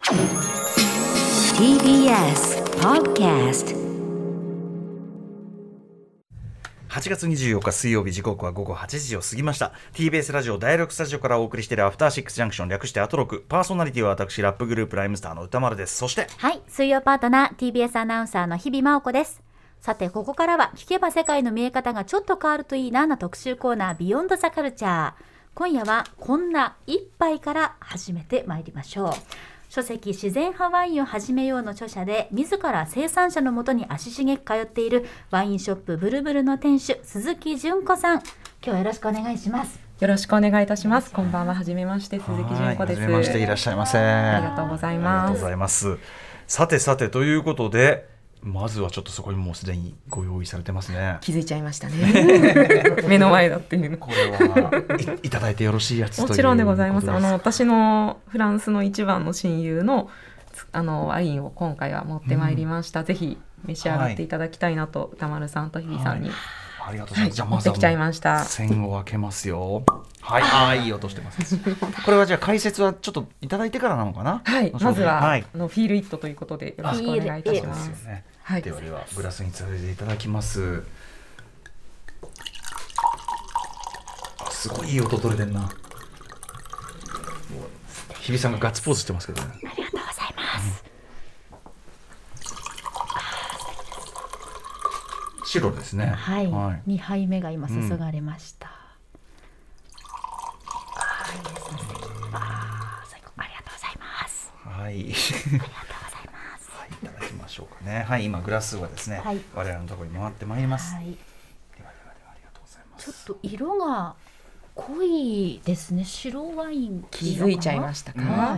TBS Podcast。 8月24日水曜日、時刻は午後8時を過ぎました。 TBS ラジオ第6スタジオからお送りしているアフターシックスジャンクション、略してアトロク。パーソナリティは私、ラップグループライムスターの歌丸です。そしてはい、水曜パートナー TBS アナウンサーの日々真央子です。さて、ここからは聞けば世界の見え方がちょっと変わるといいな特集コーナー、ビヨンドザカルチャー。今夜はこんな一杯から始めてまいりましょう。書籍自然派ワインを始めようの著者で、自ら生産者のもとに足しげく通っているワインショップブルブルの店主、鈴木純子さん、今日はよろしくお願いします。 よろしくお願いいたします。こんばんは、はじめまして、鈴木純子です。 はじめまして、いらっしゃいませ。 ありがとうございます。 ありがとうございます。さてさて、ということで、まずはちょっとそこにもうすでにご用意されてますね。 気づいちゃいましたね。目の前だっていうの。 これはいただいてよろしいやつというもちろんでございます。私のフランスの一番の親友のワインを今回は持ってまいりました。ぜひ召し上がっていただきたいなと、歌丸さんと日比さんに、 ありがとうございます。じゃあ持ってきちゃいました。 栓を開けますよ。はい、いい音してます。これはじゃあ解説はちょっといただいてからなのかな。 はい、まずは、フィールイットということでよろしくお願いいたします。 はい、ではグラスに注いでいただきます。すごいいい音取れてんな。日比さんがガッツポーズしてますけどね。 ありがとうございます。 白ですね。 はい、2杯目が今注がれました。いいですね。最高。ありがとうございます。 はい。ありがとうございます。はい、いただきましょうかね。はい、今グラスがですね、我々のところに回ってまいります。はい。ではありがとうございます。 ちょっと色が濃いですね。白ワイン。 気づいちゃいましたか。はい。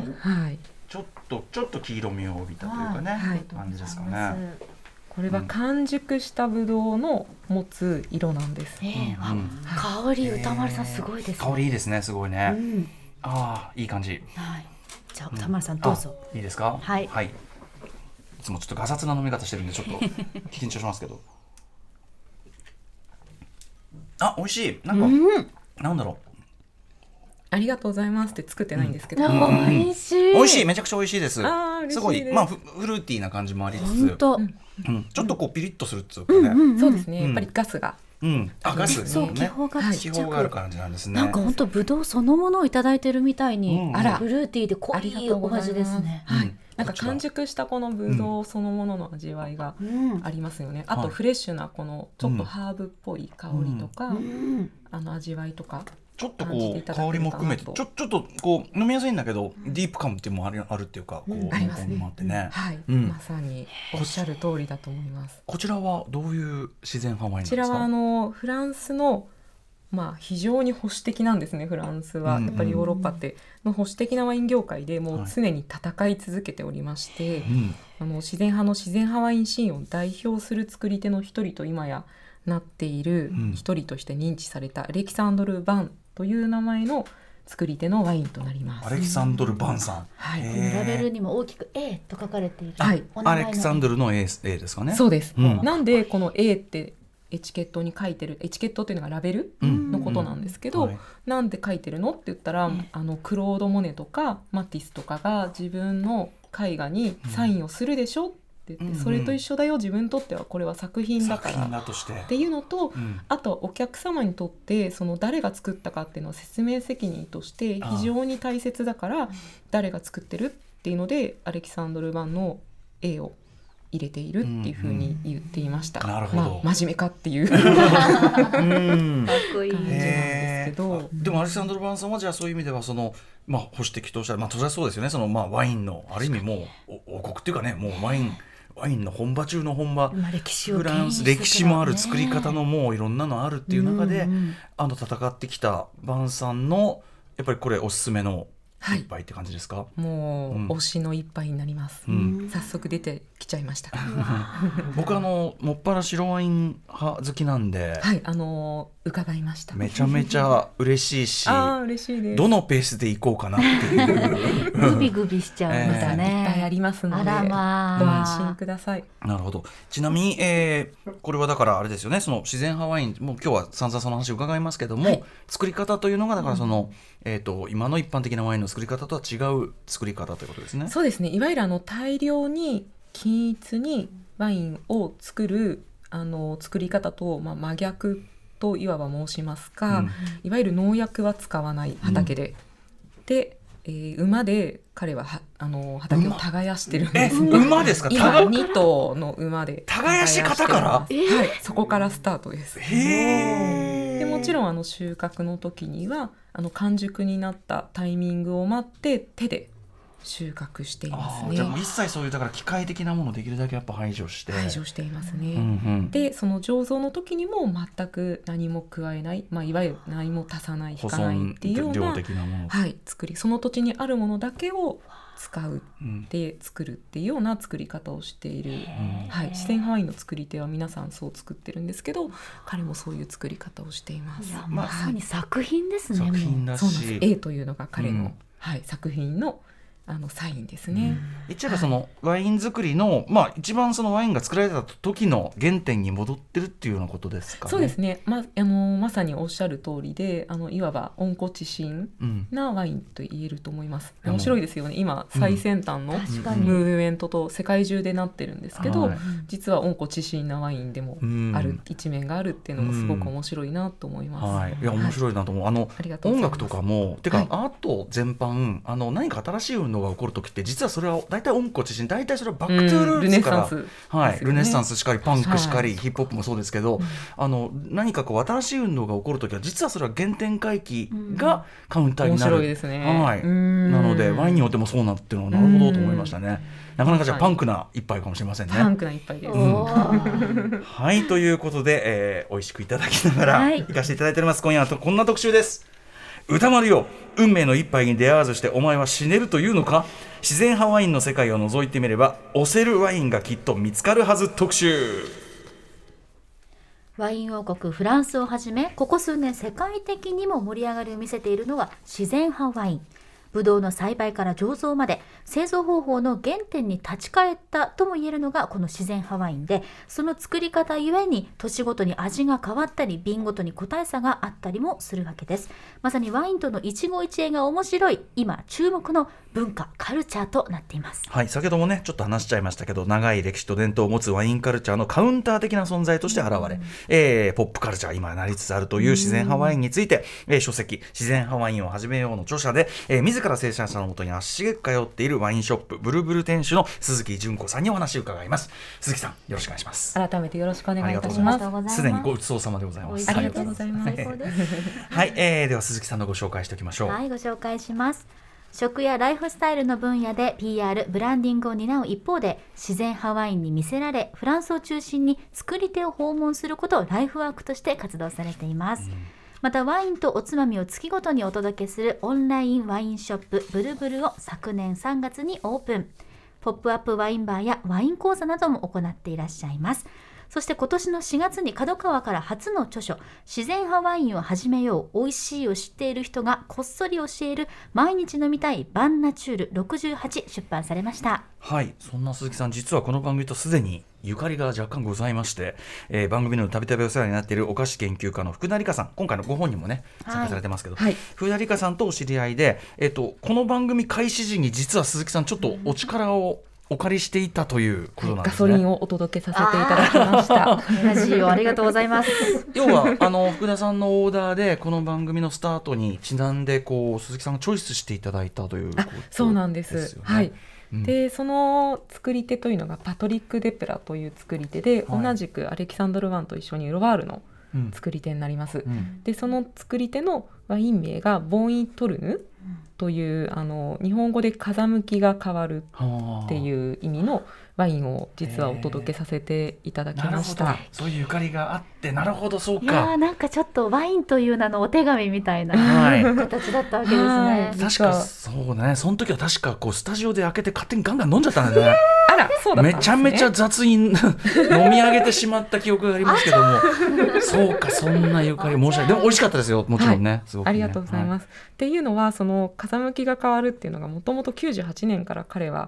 ちょっと黄色みを帯びたというかね、感じですかね。 これは完熟したブドウの持つ色なんです。 香り、歌丸さんすごいですね。 香りいいですね、すごいね。いい感じ。 じゃあ歌丸さんどうぞ。 いいですか。 はい。 いつもちょっとガサツな飲み方してるんでちょっと緊張しますけど。美味しい。なんだろう。 ありがとうございますって作ってないんですけど、 美味しい。 美味しい、めちゃくちゃ美味しいです。すごい、フルーティーな感じもありつつ、ちょっとこうピリッとするっていうかね。 そうですね。やっぱりガスが。 ガスそう、気泡がある感じなんですね。 なんか本当ブドウそのものをいただいてるみたいに、フルーティーで濃いお味ですね。 なんか完熟したこのブドウそのものの味わいがありますよね。あとフレッシュなこのちょっとハーブっぽい香りとか、味わいとか。 ちょっとこう香りも含めてちょっとこう飲みやすいんだけどディープ感っていうのもあるっていうか、こうありますね。 もあってね。 はい、まさにおっしゃる通りだと思います。 こちらはどういう自然派ワインなんですか。 こちらはフランスの非常に保守的なんですね。フランスはやっぱりヨーロッパっての保守的なワイン業界でもう常に戦い続けておりまして、自然派ワインシーンを代表する作り手の一人と今やなっている一人として認知されたアレキサンドル・バンという名前の作り手のワインとなります。 アレキサンドル・バンさん。 ラベルにも大きく A と書かれている。 アレキサンドルの A ですかね。 そうです。なんでこの A ってエチケットに書いてる、エチケットっていうのがラベルのことなんですけど、なんで書いてるのって言ったら、クロード・モネとかマティスとかが自分の絵画にサインをするでしょって言って、それと一緒だよ、自分にとってはこれは作品だからっていうのと、あとお客様にとってその誰が作ったかっていうのは説明責任として非常に大切だから、誰が作ってるっていうのでアレキサンドル・バンの絵を入れているっていうふうに言っていました。 なるほど。 真面目かっていう感じなんですけど、 でもアレキサンドル・バンさんはじゃあそういう意味ではその保守的としたら、当然そうですよね。そのワインのある意味もう王国っていうかね、もうワインの本場中の本場、フランス歴史もある、作り方のもういろんなのあるっていう中で、戦ってきたバンさんのやっぱりこれおすすめの一杯って感じですか。 もう推しの一杯になります。早速出てきちゃいました。 僕もっぱら白ワイン派好きなんで、 伺いました。 めちゃめちゃ嬉しいし、 嬉しいです。 どのペースで行こうかなっていうグビグビしちゃうんだね。 いっぱいありますので、ご安心ください。 なるほど。ちなみに、これはだからあれですよね、その自然派ワインもう今日は散々その話を伺いますけども、作り方というのがだからその、今の一般的なワインの作り方とは違う作り方ということですね。 そうですね、いわゆる大量に均一にワインを作る作り方と、真逆といわば申しますか、いわゆる農薬は使わない畑で、で、馬で彼は畑を耕してるんですね。 馬ですか？ 今2頭の馬で耕し方から、 はい、そこからスタートです。でもちろん収穫の時には完熟になったタイミングを待って手で収穫していますね。 じゃあもう一切そういうだから機械的なものをできるだけやっぱ排除していますね、でその醸造の時にも全く何も加えない、いわゆる何も足さない引かないっていうような、 量的なもの、 作り、その土地にあるものだけを使うで作るっていうような作り方をしている、自然ハワインの作り手は皆さんそう作ってるんですけど、彼もそういう作り方をしています。 いや、まさに作品ですね。 作品だし、 そうなんです。A というのが彼の、作品のサインですね。 言っちゃえばそのワイン作りの、一番そのワインが作られた時の原点に戻ってるっていうようなことですかね。 そうですね、まさにおっしゃる通りで、いわば温故知新なワインと言えると思います、面白いですよね。今最先端のムーブメントと世界中でなってるんですけど、実は温故知新なワインでもある一面があるっていうのもすごく面白いなと思います。 いや面白いなと思う。音楽とかもてか、アート全般何か新しい運動が起こるときって実はそれは大体温故知新、大体それはバックトゥールーツから、ルネサンスしかりパンクしかり、ヒップホップもそうですけど、何かこう新しい運動が起こるときは実はそれは原点回帰がカウンターになる。 面白いですね。 なのでワインによってもそうなってるのはなるほどと思いましたね。なかなかじゃあパンクな一杯かもしれませんね。 パンクな一杯です。 はい、ということで、美味しくいただきながら行かせていただいております。今夜はこんな特集です。歌丸よ、運命の一杯に出会わずしてお前は死ねるというのか。自然派ワインの世界を覗いてみれば推せるワインがきっと見つかるはず特集。 ワイン王国フランスをはじめ、ここ数年世界的にも盛り上がりを見せているのが自然派ワイン。ブドウの栽培から醸造まで製造方法の原点に立ち返ったとも言えるのがこの自然派ワインで、その作り方ゆえに年ごとに味が変わったり瓶ごとに個体差があったりもするわけです。まさにワインとの一期一会が面白い今注目の文化カルチャーとなっています。 はい、先ほどもねちょっと話しちゃいましたけど、長い歴史と伝統を持つワインカルチャーのカウンター的な存在として現れ、ポップカルチャー今なりつつあるという自然派ワインについて、書籍自然派ワインを始めようの著者で、自ら生産者のもとに足しげく通っているワインショップブルブル店主の鈴木純子さんにお話を伺います。鈴木さん、よろしくお願いします。 改めてよろしくお願いいたします。 すでにごちそうさまでございます。 ありがとうございます。 はい、では鈴木さんのご紹介しておきましょう。 はい、ご紹介します。食やライフスタイルの分野で PR、ブランディングを担う一方で、自然派ワインに魅せられ、フランスを中心に作り手を訪問することをライフワークとして活動されています。またワインとおつまみを月ごとにお届けするオンラインワインショップブルブルを昨年3月にオープン。ポップアップワインバーやワイン講座なども行っていらっしゃいます。そして今年の4月に角川から初の著書自然派ワインを始めよう、美味しいを知っている人がこっそり教える毎日飲みたいバンナチュール68出版されました。 はい、そんな鈴木さん、実はこの番組とすでにゆかりが若干ございまして、番組のたびたびお世話になっているお菓子研究家の福田理香さん、今回のご本にもね参加されてますけど、福田理香さんとお知り合いで、この番組開始時に実は鈴木さんちょっとお力をお借りしていたということなんですね。 ガソリンをお届けさせていただきました。 ラジオありがとうございます。 要は福田さんのオーダーでこの番組のスタートにちなんで鈴木さんがチョイスしていただいたということですよね。 そうなんです。はい。でその作り手というのがパトリック・デプラという作り手で、同じくアレキサンドル・ワンと一緒にロワールの作り手になります。でその作り手のワイン名がボンイトルヌという日本語で風向きが変わるっていう意味のワインを実はお届けさせていただきました。 そういうゆかりがあって、なるほど、そうか。 いやなんかちょっとワインという名のお手紙みたいな、形だったわけですね。 確かそうね、その時は確かスタジオで開けて勝手にガンガン飲んじゃったんだね。 あら、そうだったんですね。 めちゃめちゃ雑に飲み上げてしまった記憶がありますけどもそうか、そんなゆかり申し訳ない。でも美味しかったですよ、もちろんね、すごくね。 ありがとうございます。っていうのはその風向きが変わるっていうのがもともと98年から彼は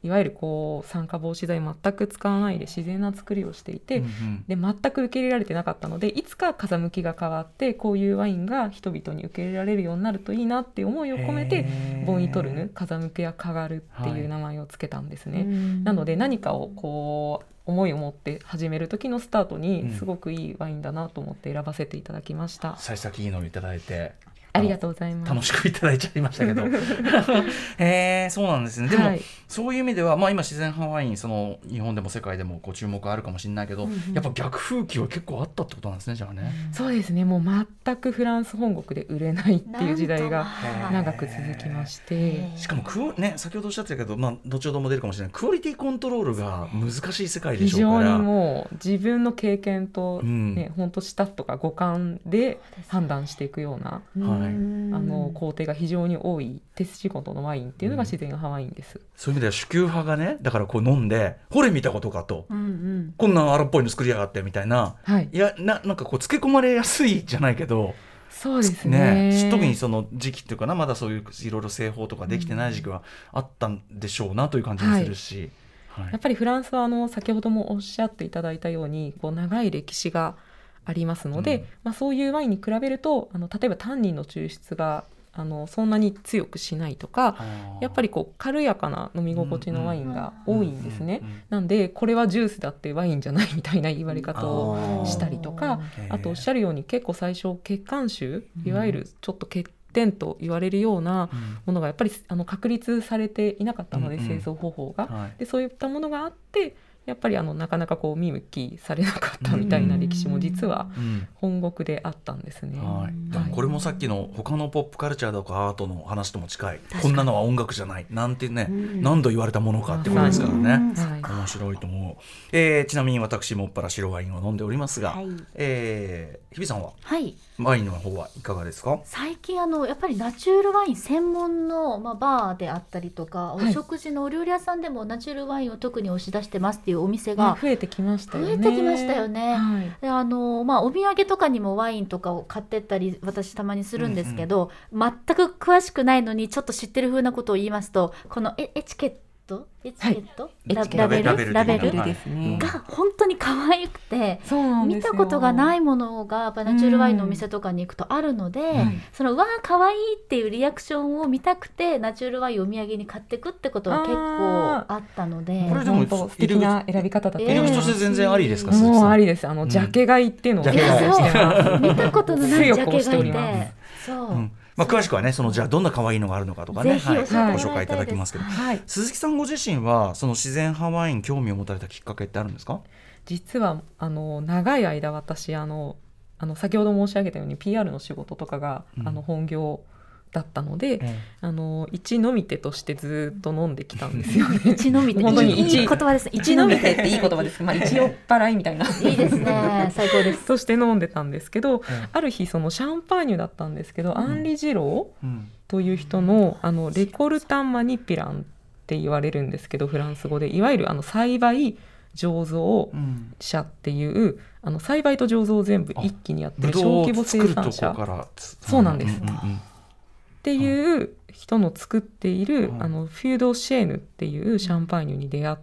いわゆるこう酸化防止剤全く使わないで自然な作りをしていて、で全く受け入れられてなかったので、いつか風向きが変わってこういうワインが人々に受け入れられるようになるといいなっていう思いを込めてボンイトルヌ、風向きや変わるっていう名前をつけたんですね。なので何かをこう思いを持って始める時のスタートにすごくいいワインだなと思って選ばせていただきました。 幸先いいのをいただいてありがとうございます。 楽しくいただいちゃいましたけどそうなんですね。でも、はい、そういう意味では、今自然派ワインその日本でも世界でもこう注目あるかもしれないけど、やっぱ逆風気は結構あったってことなんですね。じゃあね、 そうですね。もう全くフランス本国で売れないっていう時代が長く続きまして、 しかも先ほどおっしゃってたけど、後ほども出るかもしれないクオリティコントロールが難しい世界でしょうから、 非常にもう自分の経験と、本当スタッフとか五感で判断していくような、工程が非常に多い手仕事のワインっていうのが自然派ワインです。 そういう意味では主給派がね、だからこう飲んでほれ見たことかと、こんな荒っぽいの作りやがってみたいな、いやなんかこうつけ込まれやすいじゃないけど、 そうですね。 特にその時期っていうかな、まだそういういろいろ製法とかできてない時期はあったんでしょうなという感じもするし、 やっぱりフランスは先ほどもおっしゃっていただいたようにこう長い歴史がありますので、そういうワインに比べると例えばタンニンの抽出がそんなに強くしないとか、やっぱりこう軽やかな飲み心地のワインが多いんですね。なんでこれはジュースだってワインじゃないみたいな言われ方をしたりとか、あとおっしゃるように結構最初血管臭、いわゆるちょっと欠点と言われるようなものがやっぱり確立されていなかったので、製造方法が、でそういったものがあってやっぱりなかなかこう見向きされなかったみたいな歴史も実は本国であったんですね。 でもこれもさっきの他のポップカルチャーとかアートの話とも近い、こんなのは音楽じゃないなんてね、何度言われたものかってことですからね、面白いと思う。ちなみに私もっぱら白ワインを飲んでおりますが、日比さんは、ワインの方はいかがですか？ 最近やっぱりナチュールワイン専門の、バーであったりとか、お食事のお料理屋さんでもナチュールワインを特に押し出してますっていうお店が増えてきましたよね。 でお土産とかにもワインとかを買ってったり私たまにするんですけど、全く詳しくないのにちょっと知ってる風なことを言いますと、このエチケットラベルですねが本当に可愛くて、見たことがないものがやっぱナチュールワインのお店とかに行くとあるので、そのうわー可愛いっていうリアクションを見たくてナチュールワインをお土産に買ってくってことは結構あったので、 これでも素敵な選び方だった。 入り口として全然ありですか？ もうありです。ジャケ買いっていうのを見たことのないジャケ買いで、 詳しくはね、じゃあどんな可愛いのがあるのかとかね、ご紹介いただきますけど、鈴木さんご自身はその自然派ワイン興味を持たれたきっかけってあるんですか？ 実は長い間私先ほど申し上げたように PR の仕事とかが本業だったので、一飲み手としてずっと飲んできたんですよね。 一飲み手、本当にいい言葉です。 一飲み手っていい言葉です。一酔っ払いみたいな。 いいですね。最高です。 として飲んでたんですけど、ある日そのシャンパーニュだったんですけど、アンリ・ジローという人のレコルタン・マニピランって言われるんですけど、フランス語でいわゆる栽培醸造者っていう栽培と醸造を全部一気にやってる小規模生産者。そうなんです。っていう人の作っているフュードシェーヌっていうシャンパーニュに出会って、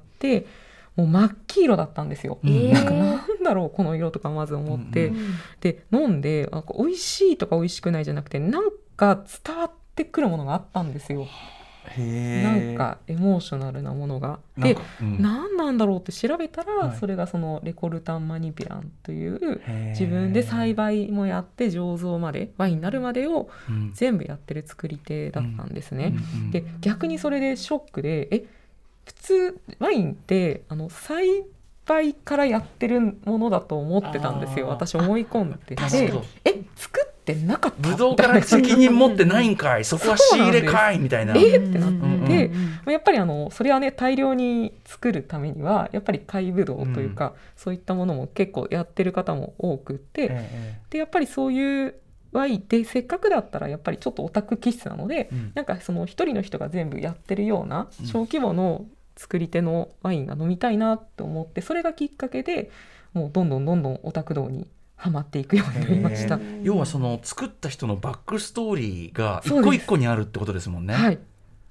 もう真っ黄色だったんですよ。なんだろうこの色とかまず思って、で飲んで美味しいとか美味しくないじゃなくて、なんか伝わってくるものがあったんですよ。なんかエモーショナルなものがで、何なんだろうって調べたら、それがそのレコルタン・マニピランという自分で栽培もやって醸造までワインになるまでを全部やってる作り手だったんですね。で逆にそれでショックで、普通ワインって栽培からやってるものだと思ってたんですよ。私思い込んでて、作ってなかった、 ブドウから責任持ってないんかい、そこは仕入れかいみたいなってなって、やっぱりそれはね、大量に作るためにはやっぱり貝ブドウというか、そういったものも結構やってる方も多くて、でやっぱりそういうワインでせっかくだったらやっぱりちょっとオタク気質なので、なんかその一人の人が全部やってるような小規模の作り手のワインが飲みたいなと思って、それがきっかけでもうどんどんオタク道にハマっていくようになりました。 要はその作った人のバックストーリーが一個一個にあるってことですもんね。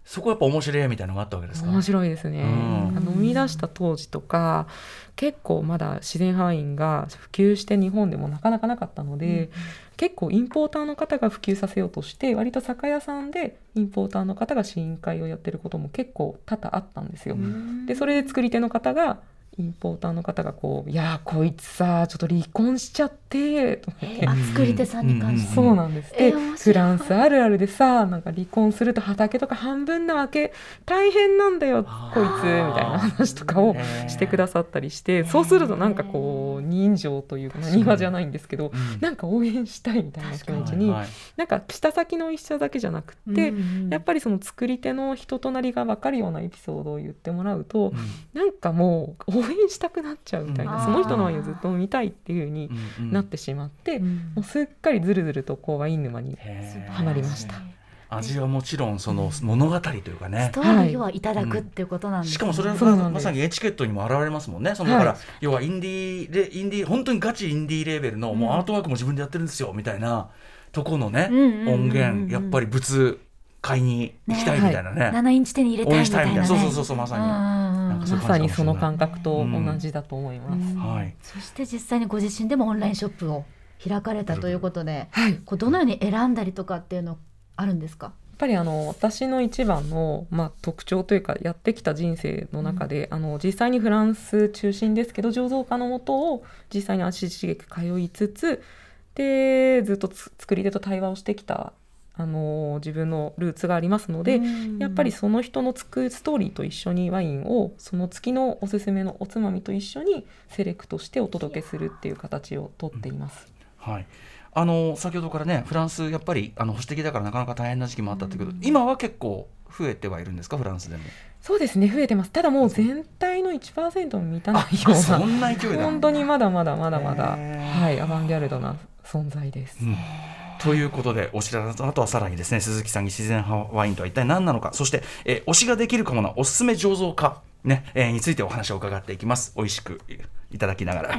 そこやっぱ面白いみたいなのがあったわけですか？ 面白いですね。生み出した当時とか結構まだ自然派ワインが普及して日本でもなかなかなかったので、結構インポーターの方が普及させようとして割と酒屋さんでインポーターの方が試飲会をやってることも結構多々あったんですよ。でそれで作り手の方がインポーターの方がこういやこいつさちょっと離婚しちゃってと作り手さんに関して、 そうなんです。でフランスあるあるでさなんか離婚すると畑とか半分なわけ大変なんだよこいつみたいな話とかをしてくださったりして、そうするとなんかこう人情というか何話じゃないんですけどなんか応援したいみたいな気持ちになんか舌先の一社だけじゃなくってやっぱりその作り手の人となりが分かるようなエピソードを言ってもらうとなんかもう応援したくなっちゃうみたいな、その人のワインをずっと見たいっていう風になってしまって、もうすっかりずるずるとこうワイン沼にはまりました。 味はもちろんその物語というかね、 ストーリーはいただくっていうことなんですね。 しかもそれがまさにエチケットにも現れますもんね。そのだから要はインディー本当にガチインディーレーベルのもうアートワークも自分でやってるんですよみたいなとこのね、音源やっぱり物買いに行きたいみたいなね、 7インチ手に入れたいみたいなね、 そうまさにまさにその感覚と同じだと思います。 そして実際にご自身でもオンラインショップを開かれたということで、こうどのように選んだりとかっていうのあるんですか？ やっぱり私の一番の、特徴というかやってきた人生の中で、実際にフランス中心ですけど醸造家のもとを実際に足しげく通いつつでずっと作り手と対話をしてきた自分のルーツがありますので、やっぱりその人の作るストーリーと一緒にワインをその月のおすすめのおつまみと一緒にセレクトしてお届けするっていう形をとっています。 先ほどからねフランスやっぱり保守的だからなかなか大変な時期もあったということ、今は結構増えてはいるんですか？フランスでも。 そうですね、増えてます。ただもう全体の 1% も満たないようなそんな勢いだ本当にまだまだアバンギャルドな存在です。 ということでお知らせの後はさらにですね鈴木さんに自然派ワインとは一体何なのか、そして、推しができるかもなおすすめ醸造家、についてお話を伺っていきます。美味しくいただきながら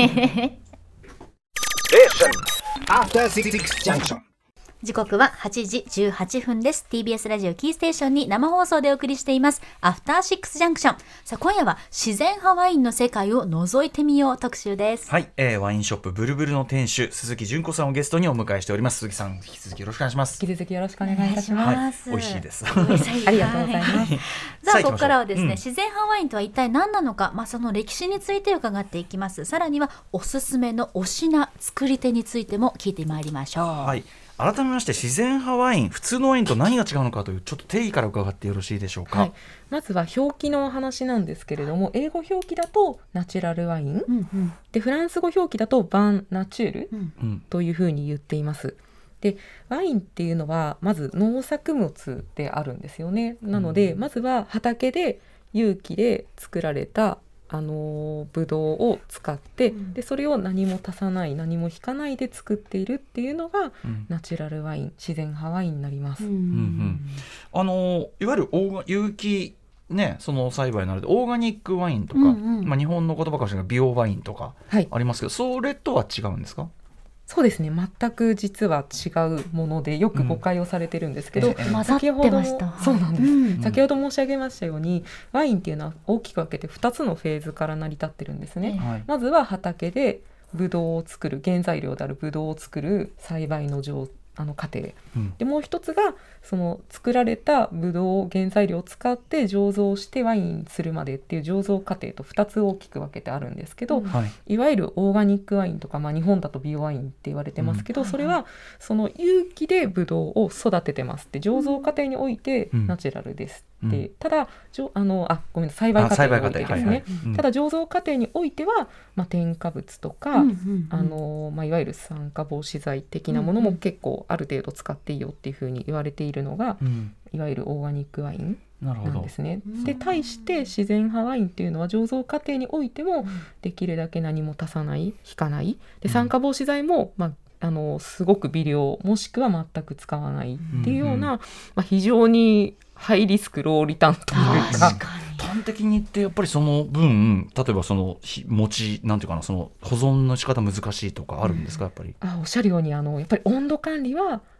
時刻は8時18分です。 TBS ラジオキーステーションに生放送でお送りしていますアフターシックスジャンクション。さあ今夜は自然派ワインの世界を覗いてみよう特集です。 はい、ワインショップブルブルの店主鈴木純子さんをゲストにお迎えしております。鈴木さん引き続きよろしくお願いします。 引き続きよろしくお願いいたします。 美味しいですありがとうございますさあここからはですね、自然派ワインとは一体何なのか、その歴史について伺っていきます。さらにはおすすめのお品作り手についても聞いてまいりましょう。 はい、改めまして自然派ワイン普通のワインと何が違うのかというちょっと定義から伺ってよろしいでしょうか？ まずは表記のお話なんですけれども、英語表記だとナチュラルワイン、でフランス語表記だとバンナチュールというふうに言っています。でワインっていうのはまず農作物であるんですよね。なので、まずは畑で有機で作られたブドウを使って、でそれを何も足さない何も引かないで作っているっていうのが、ナチュラルワイン自然派ワインになります。いわゆる有機その栽培になるとオーガニックワインとか、日本の言葉かもしれない美容ワインとかありますけど、それとは違うんですか？ そうですね、全く実は違うものでよく誤解をされてるんですけど、 先ほどもそうなんです、先ほど申し上げましたようにワインっていうのは大きく分けて2つのフェーズから成り立ってるんですね。まずは畑でブドウを作る原材料であるブドウを作る栽培の過程、でもう一つがその作られたブドウ原材料を使って醸造してワインするまでっていう醸造過程と2つ大きく分けてあるんですけど、いわゆるオーガニックワインとか、日本だとビオワインって言われてますけど、それはその有機でブドウを育ててますって醸造過程においてナチュラルですって、ただごめんなさい、栽培過程においてですね、ただ醸造過程においては、添加物とか、いわゆる酸化防止剤的なものも結構ある程度使っていいよっていうふうに言われているのが、いわゆるオーガニックワインなんですね。で対して自然派ワインっていうのは醸造過程においてもできるだけ何も足さない引かないで、酸化防止剤も、すごく微量もしくは全く使わないっていうような、非常にハイリスクローリターンというか、 端的に言ってやっぱりその分例えばそのなんていうかな、その保存の仕方難しいとかあるんですか？やっぱりおっしゃるようにやっぱり温度管理は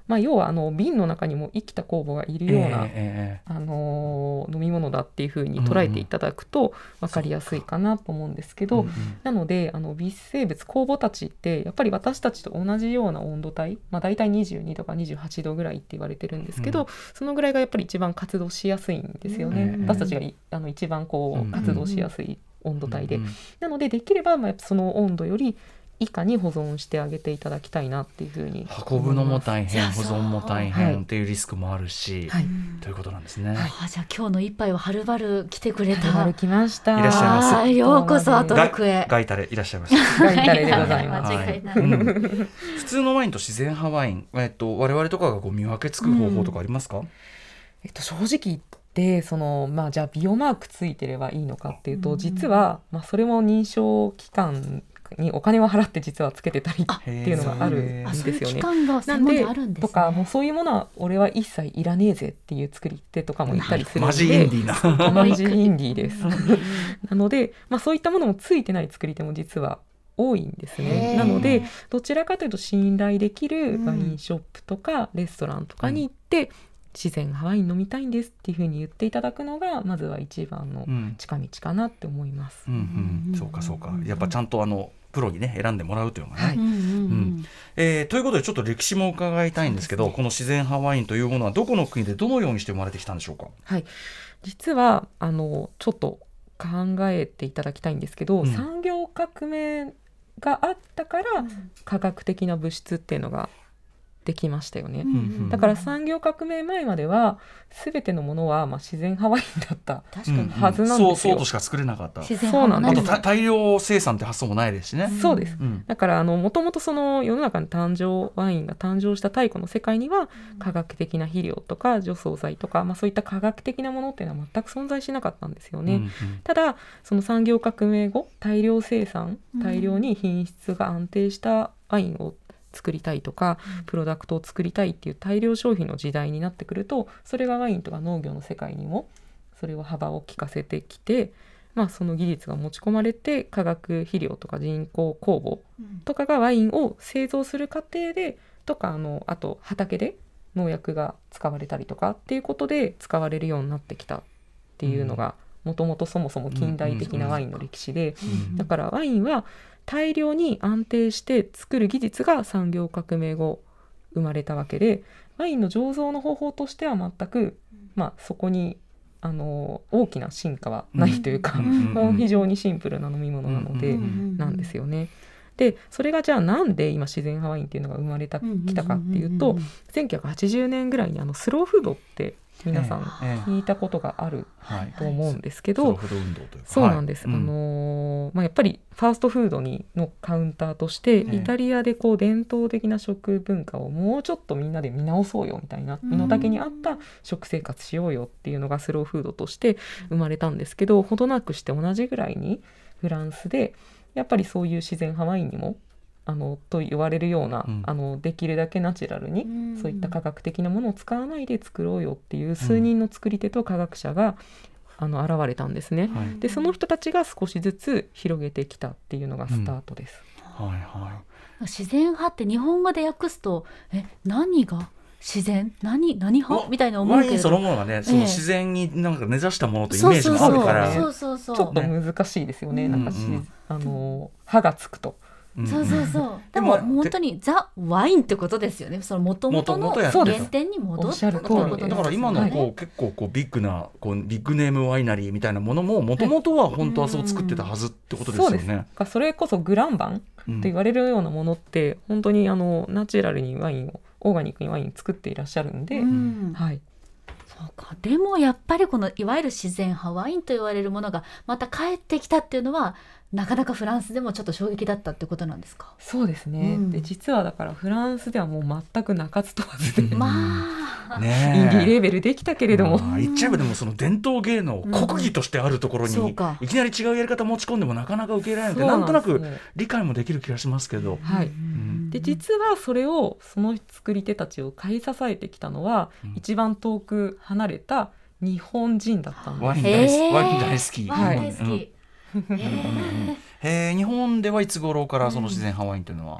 要は瓶の中にも生きた酵母がいるような、飲み物だっていう風に捉えていただくと分かりやすいかなと思うんですけど、なので微生物酵母たちってやっぱり私たちと同じような温度帯、だいたい22とか28度ぐらいって言われてるんですけど、そのぐらいがやっぱり一番活動しやすいんですよね、私たちが一番こう活動しやすい温度帯で、なのでできればやっぱその温度より以下に保存してあげていただきたいなっていうふうに運ぶのも大変、保存も大変っていうリスクもあるし、ということなんですね。 じゃあ今日の一杯ははるばる来てくれた。 はるばる来ました。 いらっしゃいます。 ようこそ後奥へ。 ガイタレいらっしゃいました。 ガイタレでございます。 間違いない。 普通のワインと自然派ワイン、我々とかがこう見分けつく方法とかありますか？ 正直言ってじゃあビオマークついてればいいのかっていうと、実は、それも認証機関にお金を払って実はつけてたりっていうのがあるんですよね。 なんでとかもうそういうものは俺は一切いらねえぜっていう作り手とかもいたりするので、 マジインディーなマジインディーですなので、そういったものもついてない作り手も実は多いんですね。なのでどちらかというと信頼できるワインショップとかレストランとかに行って、自然派ワイン飲みたいんですっていうふうに言っていただくのがまずは一番の近道かなって思います。 そうかそうか、やっぱちゃんとプロにね選んでもらうというのがね。ということでちょっと歴史も伺いたいんですけど、この自然派ワインというものはどこの国でどのようにして生まれてきたんでしょうか？ はい、実はちょっと考えていただきたいんですけど、産業革命があったから科学的な物質っていうのができましたよね。だから産業革命前までは全てのものは自然派ワインだったはずなんですよ。 そうとしか作れなかった。 そうなんです。 あと大量生産って発想もないですしね。 そうです。だからもともとその世の中にワインが誕生した太古の世界には科学的な肥料とか除草剤とか、そういった科学的なものっていうのは全く存在しなかったんですよね。ただその産業革命後、大量生産、大量に品質が安定したワインを作りたいとかプロダクトを作りたいっていう大量消費の時代になってくると、それがワインとか農業の世界にもそれを幅を利かせてきて、その技術が持ち込まれて化学肥料とか人工酵母とかがワインを製造する過程でとかあと畑で農薬が使われたりとかっていうことで使われるようになってきたっていうのがもともとそもそも近代的なワインの歴史で、だからワインは大量に安定して作る技術が産業革命後生まれたわけで、ワインの醸造の方法としては全く、そこに大きな進化はないというか、非常にシンプルな飲み物なのでなんですよね。でそれがじゃあなんで今自然派ワインっていうのが生まれきたかっていうと、1980年ぐらいにスローフードって皆さん聞いたことがあると思うんですけど、そうなんです。やっぱりファーストフードのカウンターとしてイタリアで伝統的な食文化をもうちょっとみんなで見直そうよみたいな、身の丈に合った食生活しようよっていうのがスローフードとして生まれたんですけど、ほどなくして同じぐらいにフランスでやっぱりそういう自然派ワインにもと言われるような、できるだけナチュラルに、そういった科学的なものを使わないで作ろうよっていう数人の作り手と科学者が現れたんですね。でその人たちが少しずつ広げてきたっていうのがスタートです。 自然派って日本語で訳すと何が自然何派みたいな思うけど、 ワインそのものがね、その自然になんか根ざしたものとイメージがあるからちょっと難しいですよね。なんか歯がつくと。 でも本当にザ・ワインってことですよね。その元々の原点に戻ったってことですね。 だから今の結構ビッグなビッグネームワイナリーみたいなものも元々は本当はそう作ってたはずってことですよね。そうです。 それこそグランバンと言われるようなものって本当にナチュラルにワインをオーガニックにワイン作っていらっしゃるんで、 そうか。でもやっぱりこのいわゆる自然派ワインと言われるものがまた帰ってきたっていうのはなかなかフランスでもちょっと衝撃だったってことなんですか？ そうですね、で実はだからフランスではもう全く鳴かず飛ばずで、インディーレーベルできたけれども、 言っちゃえばでもその伝統芸能国技としてあるところにいきなり違うやり方持ち込んでもなかなか受け入れられないので、なんとなく理解もできる気がしますけど、 で実はそれをその作り手たちを買い支えてきたのは、一番遠く離れた日本人だったんです。 ワイン大好き。日本ではいつ頃からその自然派ワインというのは？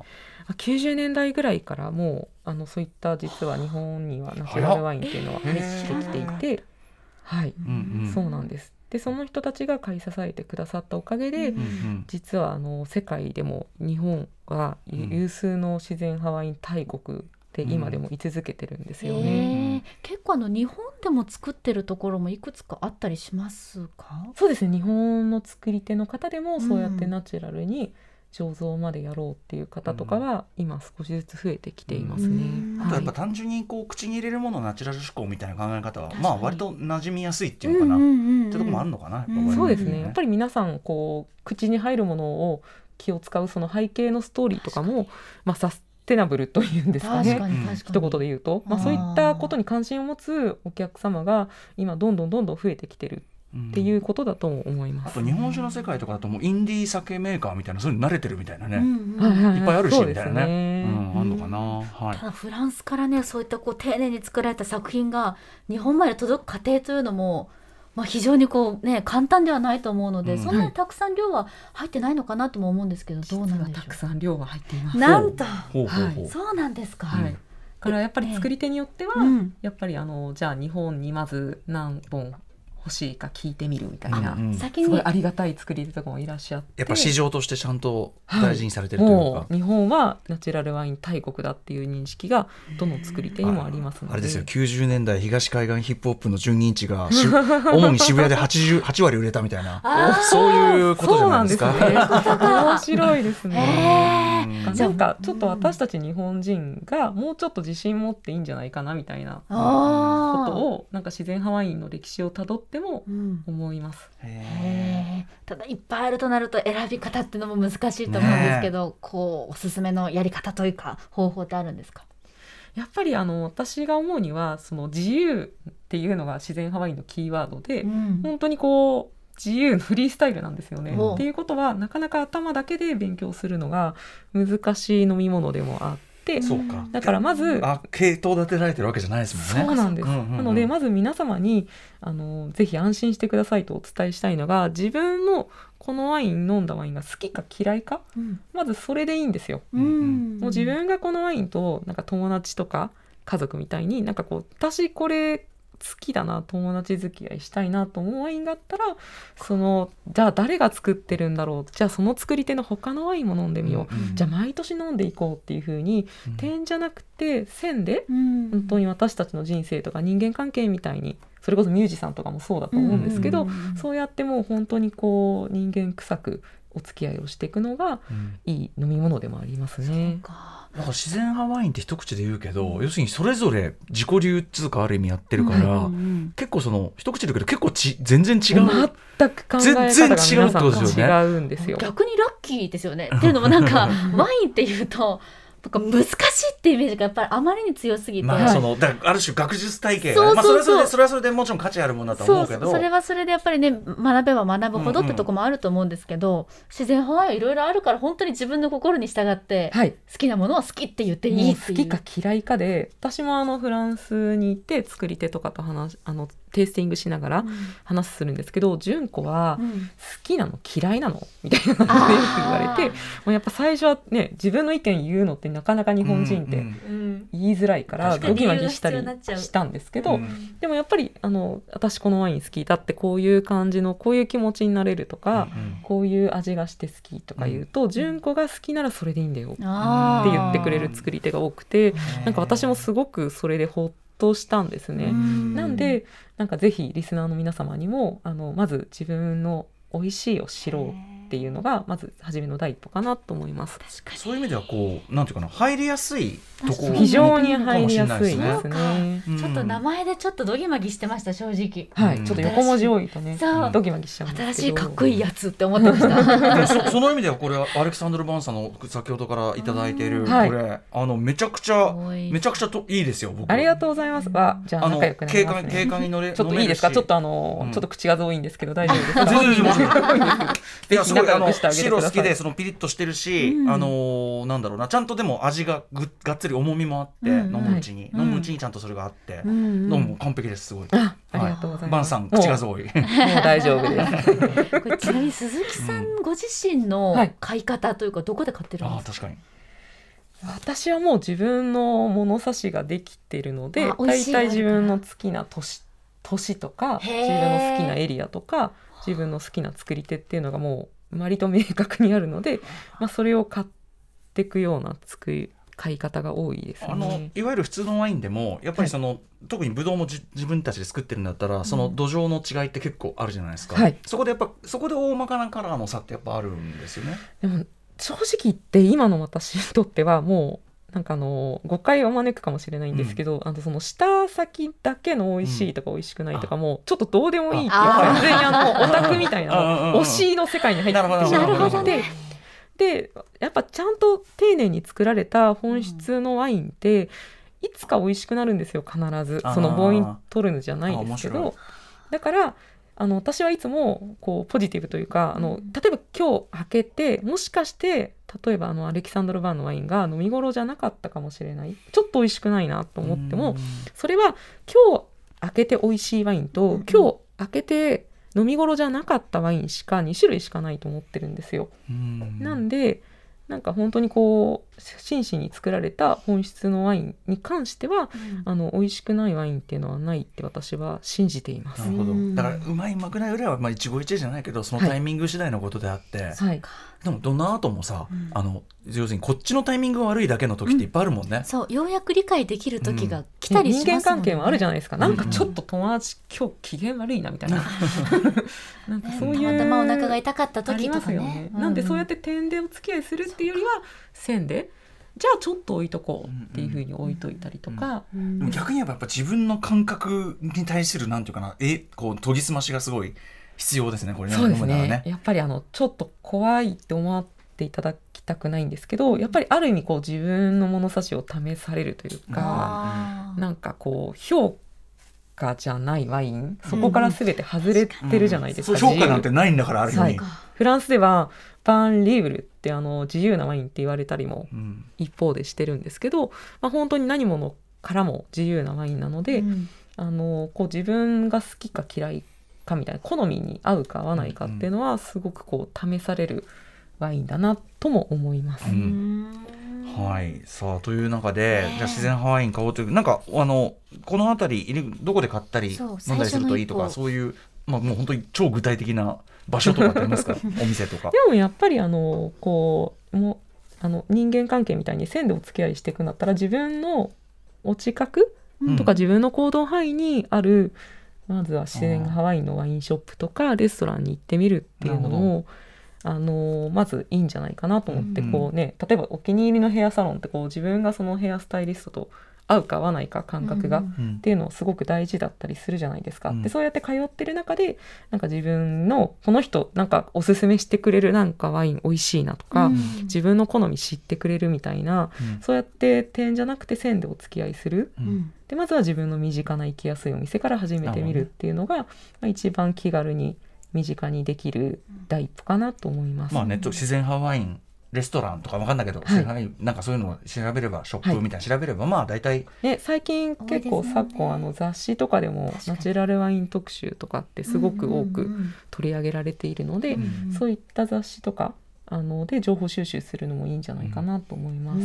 90年代ぐらいからもうそういった実は日本にはナチュラルワインっていうのは入ってきていて、はい、そうなんです。でその人たちが買い支えてくださったおかげで、実は世界でも日本が有数の自然派ワイン大国で今でも居続けてるんですよね。 結構日本でも作ってるところもいくつかあったりしますか？ そうですね、日本の作り手の方でもそうやってナチュラルに醸造までやろうっていう方とかは今少しずつ増えてきていますね。 あとやっぱ単純にこう口に入れるものナチュラル志向みたいな考え方はまあ割と馴染みやすいっていうのかな、ってとこもあるのかな。やっぱそうですね、やっぱり皆さんこう口に入るものを気を使うその背景のストーリーとかも、サステナブルというんですかね、一言で言うと、そういったことに関心を持つお客様が今どんどん増えてきてるっていうことだと思います。 あと日本酒の世界とかだともうインディー酒メーカーみたいなそういうの慣れてるみたいなね、いっぱいあるしみたいなね、あるのかな。 ただフランスからねそういったこう丁寧に作られた作品が日本まで届く過程というのも、非常にこうね簡単ではないと思うので、そんなにたくさん量は入ってないのかなとも思うんですけど、どうなんでしょう。 たくさん量は入っています。 なんと、そうなんですか。 だからやっぱり作り手によっては、やっぱりじゃあ日本にまず何本欲しいか聞いてみるみたいな、すごいありがたい作り手とかもいらっしゃって、 やっぱ市場としてちゃんと大事にされてるというか、 もう日本はナチュラルワイン大国だっていう認識がどの作り手にもありますので、 あれですよ、90年代東海岸ヒップホップの純認知が主に渋谷で8割売れたみたいなそういうことじゃないですか。 そうなんですね。面白いですね。なんかちょっと私たち日本人がもうちょっと自信持っていいんじゃないかなみたいなことをなんか自然派ワインの歴史をたどっても思います。 ただいっぱいあるとなると選び方っていうのも難しいと思うんですけど、こうおすすめのやり方というか方法ってあるんですか？ やっぱり私が思うにはその自由っていうのが自然派ワインのキーワードで、本当にこう自由のフリースタイルなんですよね。っていうことはなかなか頭だけで勉強するのが難しい飲み物でもあって、だからまず系統立てられてるわけじゃないですもんね。 そうなんです。なのでまず皆様にぜひ安心してくださいとお伝えしたいのが、自分のこのワイン飲んだワインが好きか嫌いか、まずそれでいいんですよ。もう自分がこのワインとなんか友達とか家族みたいになんかこう私これ好きだな、友達付き合いしたいなと思うワインがあったら、じゃあ誰が作ってるんだろう、じゃあその作り手の他のワインも飲んでみよう、じゃあ毎年飲んでいこうっていう風に、点じゃなくて線で、本当に私たちの人生とか人間関係みたいに、それこそミュージシャンとかもそうだと思うんですけど、そうやってもう本当にこう人間臭くお付き合いをしていくのがいい飲み物でもありますね。 なんか自然派ワインって一口で言うけど、要するにそれぞれ自己流っていうかある意味やってるから、結構その一口で言うけど結構全然違う、 全く考え方が皆さん違うんですよ。 逆にラッキーですよね。っていうのもなんかワインっていうと難しいってイメージがやっぱりあまりに強すぎて、 だからある種学術体系が、それはそれでもちろん価値あるものだと思うけど、 それはそれでやっぱりね、学べば学ぶほどってとこもあると思うんですけど、自然派はいろいろあるから、本当に自分の心に従って、好きなものは好きって言っていいっていう、 好きか嫌いかで、私もフランスに行って作り手とかとテイスティングしながら話するんですけど、純子は好きなの嫌いなのみたいな感じでよく言われて、もうやっぱ最初はね、自分の意見言うのってなかなか日本人って言いづらいからドギマギしたりしたんですけど、でもやっぱり私このワイン好きだって、こういう感じのこういう気持ちになれるとか、こういう味がして好きとか言うと、純子が好きならそれでいいんだよって言ってくれる作り手が多くて、なんか私もすごくそれでほっとしたんですね。なんでなんかぜひリスナーの皆様にもまず自分の美味しいを知ろうっていうのがまず初めの第一歩かなと思います。 そういう意味ではこうなんていうかな、入りやすいところ、 非常に入りやすいですね。 ちょっと名前でちょっとドギマギしてました、正直。 ちょっと横文字多いとねドギマギしちゃうんですけど、 新しいかっこいいやつって思ってましたその意味ではこれアレクサンドル・バーンさんの先ほどからいただいているこれめちゃくちゃいいですよ。僕ありがとうございます。じゃあ仲良くなりますね。 軽快に乗れるし、 ちょっといいですか、ちょっと口数多いんですけど大丈夫ですか？ いやすごい白好きでピリッとしてるし、なんだろうな、ちゃんとでも味ががっつり重みもあって、飲むうちにちゃんとそれがあって、もう完璧です。すごい。 ありがとうございます。 バンさん口数多い。もう大丈夫です。 これちなみに鈴木さんご自身の買い方というか、どこで買ってるんですか？ 確かに私はもう自分の物差しができてるので、 美味しい大体自分の好きな年とか自分の好きなエリアとか自分の好きな作り手っていうのがもう割と明確にあるので、それを買っていくような買い方が多いですね。 いわゆる普通のワインでもやっぱり特にブドウも自分たちで作ってるんだったら、その土壌の違いって結構あるじゃないですか、そこで大まかなカラーの差ってやっぱあるんですよね。 でも正直言って今の私にとってはもうなんか誤解を招くかもしれないんですけど、その舌先だけの美味しいとか美味しくないとかもちょっとどうでもいいっていう完全にオタクみたいな推しの世界に入ってしまってで、やっぱちゃんと丁寧に作られた本質のワインっていつか美味しくなるんですよ、必ず。そのボイントルヌじゃないですけど、だから私はいつもこうポジティブというか、例えば今日開けてもしかして例えばアレキサンドル・バーンのワインが飲み頃じゃなかったかもしれない、ちょっと美味しくないなと思っても、それは今日開けて美味しいワインと、今日開けて飲み頃じゃなかったワインしか2種類しかないと思ってるんですよ。なんでなんか本当にこう真摯に作られた本質のワインに関しては、美味しくないワインっていうのはないって私は信じています。 なるほど。だからうまいうまくないぐらいは一期一会じゃないけど、そのタイミング次第のことであって、でもどの後もさ、要するにこっちのタイミングが悪いだけの時っていっぱいあるもんね。 そう、ようやく理解できる時が来たりしますもんね。 人間関係もあるじゃないですか。なんかちょっと友達今日機嫌悪いなみたいななんかそういうたまたまお腹が痛かった時とかね。 なんでそうやって点でお付き合いするっていうよりは線でじゃあちょっと置いとこうっていうふうに置いといたりとか、 でも逆にやっぱ自分の感覚に対するなんていうかな、こう研ぎ澄ましがすごい必要ですね、これね。 そうですね。やっぱりちょっと怖いって思っていただきたくないんですけど、やっぱりある意味こう自分の物差しを試されるというか、なんかこう評価じゃないワイン、そこから全て外れてるじゃないですか。 評価なんてないんだから、ある意味。 フランスではパンリーブルって自由なワインって言われたりも一方でしてるんですけど、本当に何者からも自由なワインなので、こう自分が好きか嫌いかみたいな、好みに合うか合わないかっていうのはすごくこう試されるワインだなとも思います。 はい、さあという中で、じゃあ自然派ワイン買おうという、なんかこの辺りどこで買ったり飲んだりするといいとか、そういう、もう本当に超具体的な場所とかってありますかお店とか。 でもやっぱりこう人間関係みたいに線でお付き合いしていくんだったら、自分のお近くとか自分の行動範囲にある、まずは自然派ワインのワインショップとかレストランに行ってみるっていうのもまずいいんじゃないかなと思って、こうね、例えばお気に入りのヘアサロンってこう自分がそのヘアスタイリストと合うか合わないか感覚が、っていうのすごく大事だったりするじゃないですか。でそうやって通ってる中でなんか自分のこの人なんかおすすめしてくれるなんかワイン美味しいなとか、自分の好み知ってくれるみたいな、そうやって点じゃなくて線でお付き合いする、でまずは自分の身近な行きやすいお店から始めてみるっていうのが、一番気軽に身近にできる第一歩かなと思います。 自然派ワインレストランとか分かんないけど、なんかそういうのを調べれば、ショップみたいな調べれば、大体、 最近結構昨今雑誌とかでもナチュラルワイン特集とかってすごく多く取り上げられているので、そういった雑誌とかで情報収集するのもいいんじゃないかなと思います。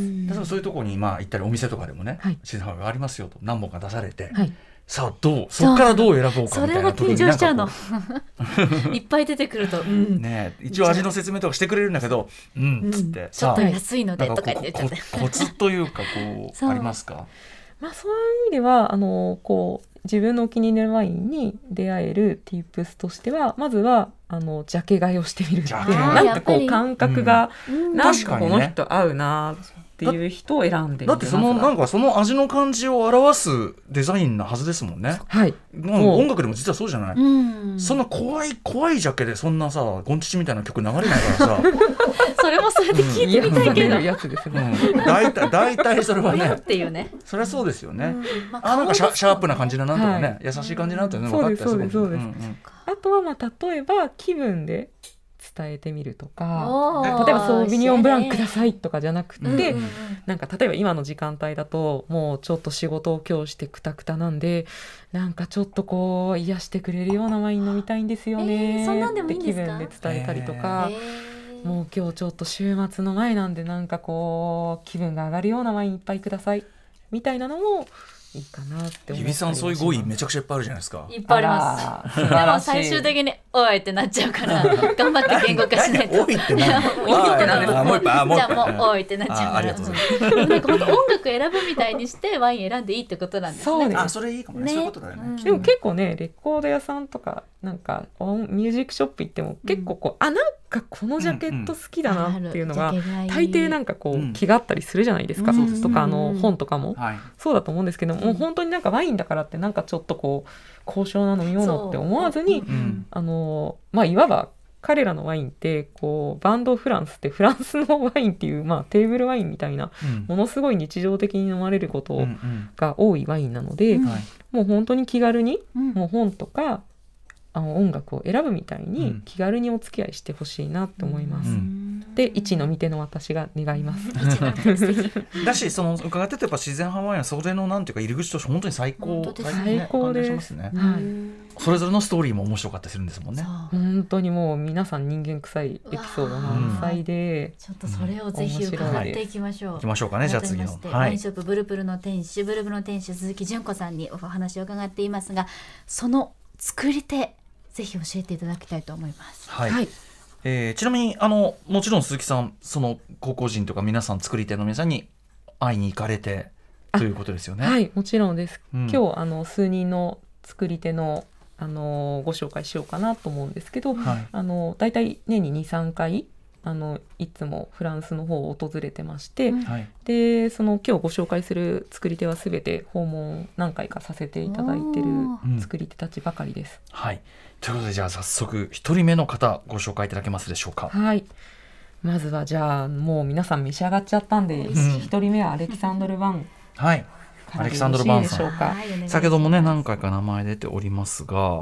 そういうところに行ったりお店とかでもね、自然派がありますよと何本か出されて、さあそこからどう選ぼうかみたいな時に、 それが緊張しちゃうのいっぱい出てくると、 一応味の説明とかしてくれるんだけど、つってちょっと安いのでとか言ってちゃって、 コツというかありますか？ そういう意味ではこう自分のお気に入りのワインに出会える Tips としては、まずはジャケ買いをしてみるっていう、なんかこう感覚が、なんかこの人合うなっていう人を選んでみて、 だってなんかその味の感じを表すデザインなはずですもんね。音楽でも実はそうじゃない、そんな怖いジャケでそんなさゴンチチみたいな曲流れないからさそれもそれで聞いてみたいけど、 やつですね。 大体それはねっていうね、 そりゃそうですよね。なんかシャープな感じだなとかね、優しい感じなとかね、分かったりする。 そうです。あとは例えば気分で伝えてみるとか、例えばソービニオンブランくださいとかじゃなくて、なんか例えば今の時間帯だともうちょっと仕事を今日してクタクタなんで、なんかちょっとこう癒してくれるようなワイン飲みたいんですよねって気分で伝えたりとか、 もう今日ちょっと週末の前なんでなんかこう気分が上がるようなワインいっぱいくださいみたいなのもいいかなって思ったりはします。 日比さんそういう語彙めちゃくちゃいっぱいあるじゃないですか。 いっぱいあります。 素晴でもらしい。 最終的においってなっちゃうから頑張って言語化しないと。 おいって何？ おいってなんですもう一杯、もう一じゃあ杯。 もうおいってなっちゃうから。 ありがとうございます。 なんか本当音楽選ぶみたいにしてワイン選んでいいってことなんですね。 そうですあ、それいいかもね。そういうことだよね。 でも結構ねレコード屋さんとかなんかミュージックショップ行っても結構こう、なんかこのジャケット好きだなっていうのが大抵なんかこう気があったりするじゃないですか、とか本とかもそうだと思うんですけども、本当になんかワインだからってなんかちょっとこう高尚な飲み物って思わずに、いわば彼らのワインってこうバンドフランスってフランスのワインっていう、テーブルワインみたいな、ものすごい日常的に飲まれることが多いワインなので、もう本当に気軽に、もう本とか音楽を選ぶみたいに気軽にお付き合いしてほしいなって思います、で一飲み手の私が願いますだしその伺っててやっぱ自然派ワインはそれのなんていうか入り口として本当に最高最高です、 それぞれのストーリーも面白かったりするんですもんね。 本当にもう皆さん人間臭いエピソード満載で、 ちょっとそれをぜひ伺っていきましょう。 行きましょうかね。じゃあ次のワインショップブルブルの店主鈴木純子さんにお話を伺っていますが、その作り手ぜひ教えていただきたいと思います。 ちなみにもちろん鈴木さんその高校人とか皆さん作り手の皆さんに会いに行かれてということですよね。 はい、もちろんです、今日数人の作り手のご紹介しようかなと思うんですけど、だいたい年に 2,3 回いつもフランスの方を訪れてまして、でその今日ご紹介する作り手はすべて訪問何回かさせていただいている作り手たちばかりです。 ということでじゃあ早速1人目の方ご紹介いただけますでしょうか。 まずはじゃあもう皆さん召し上がっちゃったんで、1人目はアレキサンドル・バン。 アレキサンドル・バンさん、先ほどもね何回か名前出ておりますが、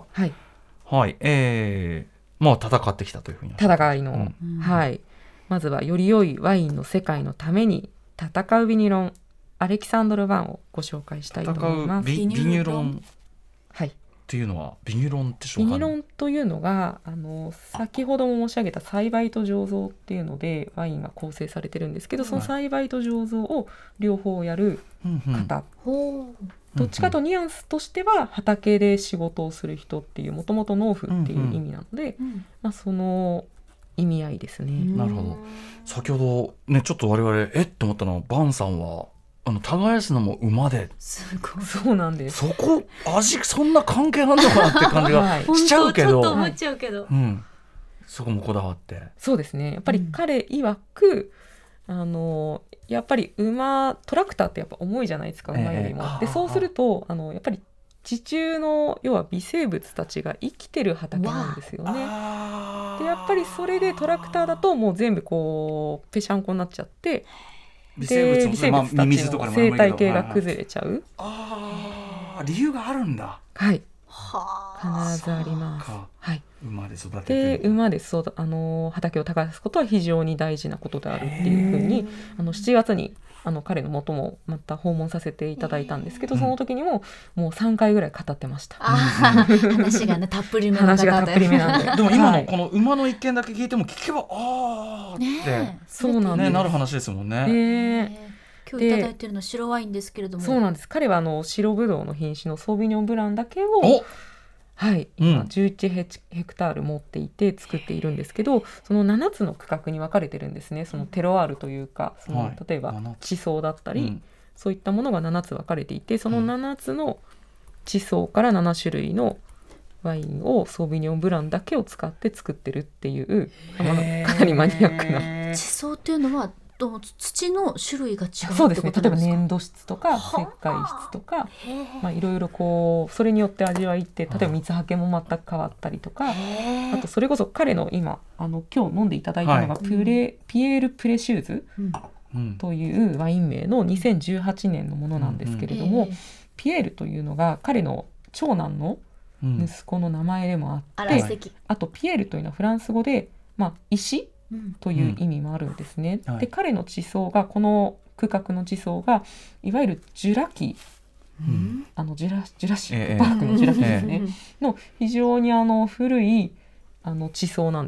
戦ってきたというふうに戦いの、まずはより良いワインの世界のために戦うビニュロンアレキサンドル・バンをご紹介したいと思います。 ビニュロンっていうのはビニュロンってビニュロンというのが先ほども申し上げた栽培と醸造っていうのでワインが構成されてるんですけど、その栽培と醸造を両方やる方、どっちかとニュアンスとしては畑で仕事をする人っていうもともと農夫っていう意味なので、その意味合いですね。 なるほど。先ほどねちょっと我々と思ったのはバンさんは耕すのも馬で、 そうなんです。 そこ味そんな関係あるのかなって感じがしちゃうけど、 ちょっと思っちゃうけど、 そこもこだわって。 そうですね。やっぱり彼曰く、やっぱりトラクターってやっぱ重いじゃないですか、馬よりも。でそうするとやっぱり地中の要は微生物たちが生きてる畑なんですよね。でやっぱりそれでトラクターだともう全部こうぺしゃんこになっちゃって。微生物たちの生態系が崩れちゃう。 理由があるんだ。 必ずあります。 馬で育ててで馬で畑を耕すことは非常に大事なことであるっていうふうに7月に彼の元もまた訪問させていただいたんですけど、その時にももう3回ぐらい語ってました。 話がねたっぷりめの方ででも今のこの馬の一件だけ聞いても聞けばってそうなんです、 なる話ですもんね。 今日いただいてるの白ワインですけれども、 そうなんです。彼は白ブドウの品種のソービニョンブランだけを今11ヘクタール持っていて作っているんですけど、その7つの区画に分かれてるんですね。そのテロワールというか例えば地層だったり、そういったものが7つ分かれていて、その7つの地層から7種類のワインをソービニョンブランだけを使って作ってるっていうかなりマニアックな。 地層っていうのは土の種類が違うってことですか？ そうですね。例えば粘土質とか石灰質とかいろいろこうそれによって味わいって例えば水はけも全く変わったりとか、あとそれこそ彼の今今日飲んでいただいたのがピエール・プレシューズというワイン名の2018年のものなんですけれども、ピエールというのが彼の長男の息子の名前でもあって、あとピエールというのはフランス語で石という意味もあるんですね。で彼の地層がこの区画の地層がいわゆるジュラ紀、ジュラシックパークのジュラ紀ですね、の非常に古い地層なんです。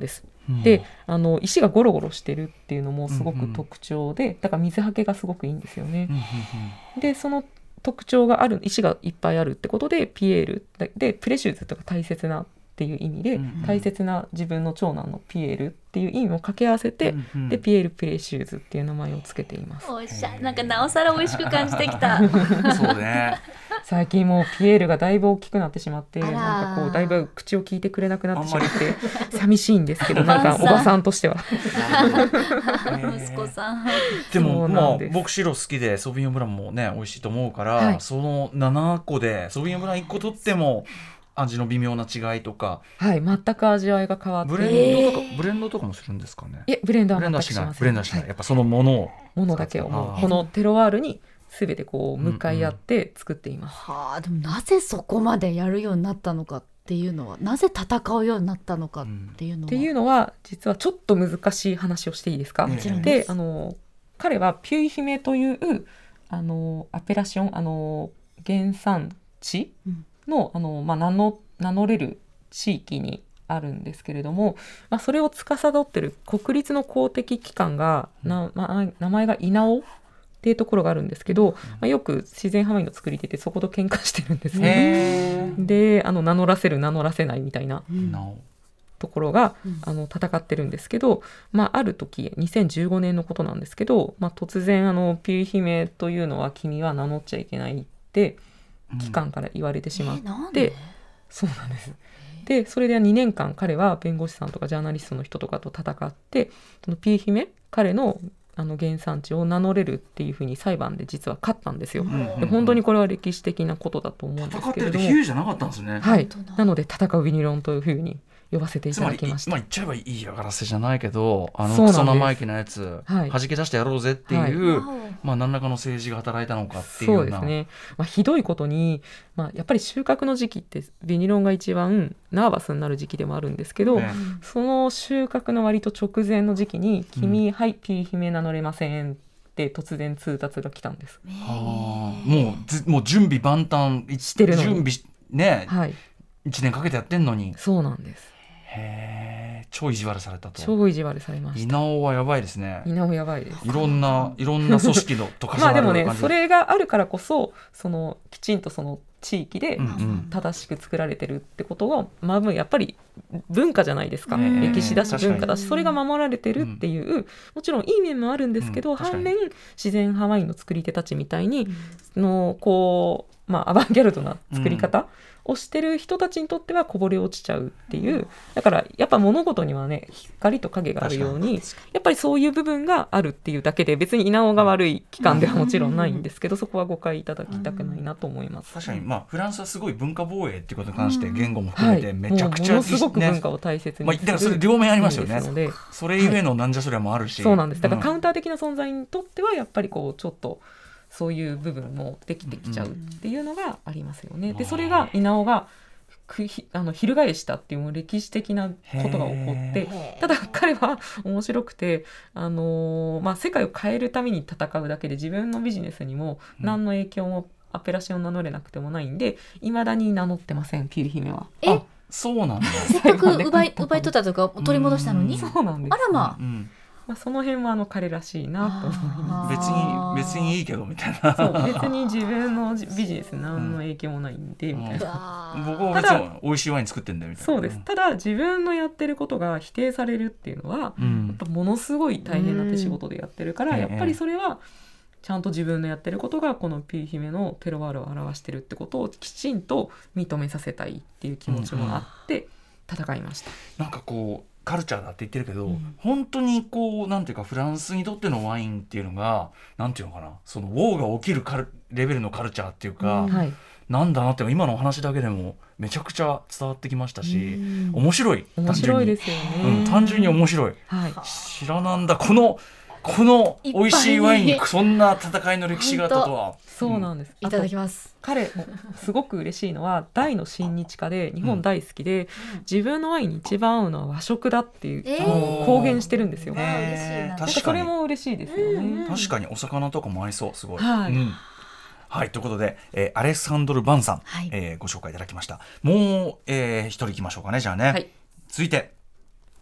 で石がゴロゴロしてるっていうのもすごく特徴で、だから水はけがすごくいいんですよね。でその特徴がある石がいっぱいあるってことでピエールでプレシューズとか大切なっていう意味で、大切な自分の長男のピエールっていう意味も掛け合わせて、でピエールプレシューズっていう名前をつけています。 おしゃなんかなおさら美味しく感じてきたそうね最近もうピエールがだいぶ大きくなってしまって、 あらなんかこうだいぶ口を聞いてくれなくなってしまって寂しいんですけど、なんかおばさんとしては息子さんでもそうなんです僕白好きでソーヴィニヨンブランもね美味しいと思うから、 はいその7個でソーヴィニヨンブラン1個取っても味の微妙な違いとか、 はい全く味わいが変わってブレンドとかもするんですかね。 いえブレンドはブレンドはしない全くしません。 ブレンドはしない、 はいやっぱそのものをものだけをもあーうこのテロワールに全てこう向かい合って作っています。 はあでもなぜそこまでやるようになったのかっていうのは、なぜ戦うようになったのかっていうのは、 っていうのは実はちょっと難しい話をしていいですか。 もちろんで彼はピュイ姫というアペラション原産地の、名乗れる地域にあるんですけれども、それを司っている国立の公的機関が名前が稲尾っていうところがあるんですけど、よく自然ハワイの作り手ってそこと喧嘩してるんですね。で名乗らせる名乗らせないみたいなところが、戦ってるんですけど、ある時2015年のことなんですけど、突然ピュイ姫というのは君は名乗っちゃいけないって機関から言われてしまって、 なんでそうなんです。でそれで2年間彼は弁護士さんとかジャーナリストの人とかと戦って、そのピュイ姫彼の原産地を名乗れるっていうふうに裁判で実は勝ったんですよ。で本当にこれは歴史的なことだと思うんです戦ってるっけれども、 て比喩じゃなかったんですね。 はい本当だ、 なので戦うビニロンというふうに呼ばせていただきました。 言っちゃえばいいやがらせじゃないけど、 そうなんですクソ生意気なやつ、 はい弾け出してやろうぜっていう、 はい何らかの政治が働いたのかっていうよな。 そううですね、ひどいことに、やっぱり収穫の時期ってビニロンが一番ナーバスになる時期でもあるんですけど、その収穫の割と直前の時期に君、はいピュイ姫名乗れませんって突然通達が来たんです。 もう準備万端してるのに準備ね、 はい、 1年かけてやってんのに、 そうなんです。 へー、超意地悪されたと。 超意地悪されました。 稲尾はやばいですね。 稲尾やばいです。 いろんな組織のとかでもねそれがあるからこそきちんとその地域で正しく作られてるってことは、やっぱり文化じゃないですか。歴史だし文化だし、それが守られてるっていう、もちろんいい面もあるんですけど、反面自然ハワイの作り手たちみたいにアバンギャルドな作り方をしてる人たちにとってはこぼれ落ちちゃうっていう、だからやっぱ物事にはね光と影があるように、やっぱりそういう部分があるっていうだけで、別に稲尾が悪い機関ではもちろんないんですけど、そこは誤解いただきたくないなと思います。 確かに、フランスはすごい文化防衛っていうことに関して言語も含めてめちゃくちゃ、 ものすごく文化を大切にする、 だからそれ両面ありますよね。 のでそれゆえのなんじゃそりゃもあるし、 そうなんです。だからカウンター的な存在にとってはやっぱりちょっとそういう部分もできてきちゃうっていうのがありますよね。でそれが稲尾が翻したっていう歴史的なことが起こって、ただ彼は面白くて、世界を変えるために戦うだけで自分のビジネスにも何の影響もアペラシオン名乗れなくてもないんで、未だに名乗ってませんピュイ姫は。 そうなんだ。 せっかく奪い取ったとか取り戻したのに、 そうなんです。 あらまあ、 その辺は彼らしいなと思います。 別にいいけどみたいな。 そう別に自分のビジネス何の影響もないんでみたいな。 僕は別に美味しいワイン作ってんだよみたいな。 そうです。ただ自分のやってることが否定されるっていうのは、やっぱものすごい大変な手仕事でやってるから、やっぱりそれはちゃんと自分のやってることがこのピュイ姫のテロワールを表してるってことをきちんと認めさせたいっていう気持ちもあって戦いました。 なんかカルチャーだって言ってるけど、本当になんていうかフランスにとってのワインっていうのがなんていうのかな、そのウォーが起きるレベルのカルチャーっていうか、なんだなって今のお話だけでもめちゃくちゃ伝わってきましたし、面白い。 面白いですよね。 単純に面白い。知らなんだこの美味しいワインにそんな戦いの歴史があったとは。 そうなんです。 いただきます。 彼もすごく嬉しいのは大の親日家で日本大好きで、自分のワインに一番合うのは和食だっていう公言してるんですよ。それも嬉しいですよね。 確かにお魚とかも合いそう。すごい。はい、ということで、アレッサンドル・バンさん、ご紹介いただきました。もう、一人いきましょうかね。じゃあね、続いて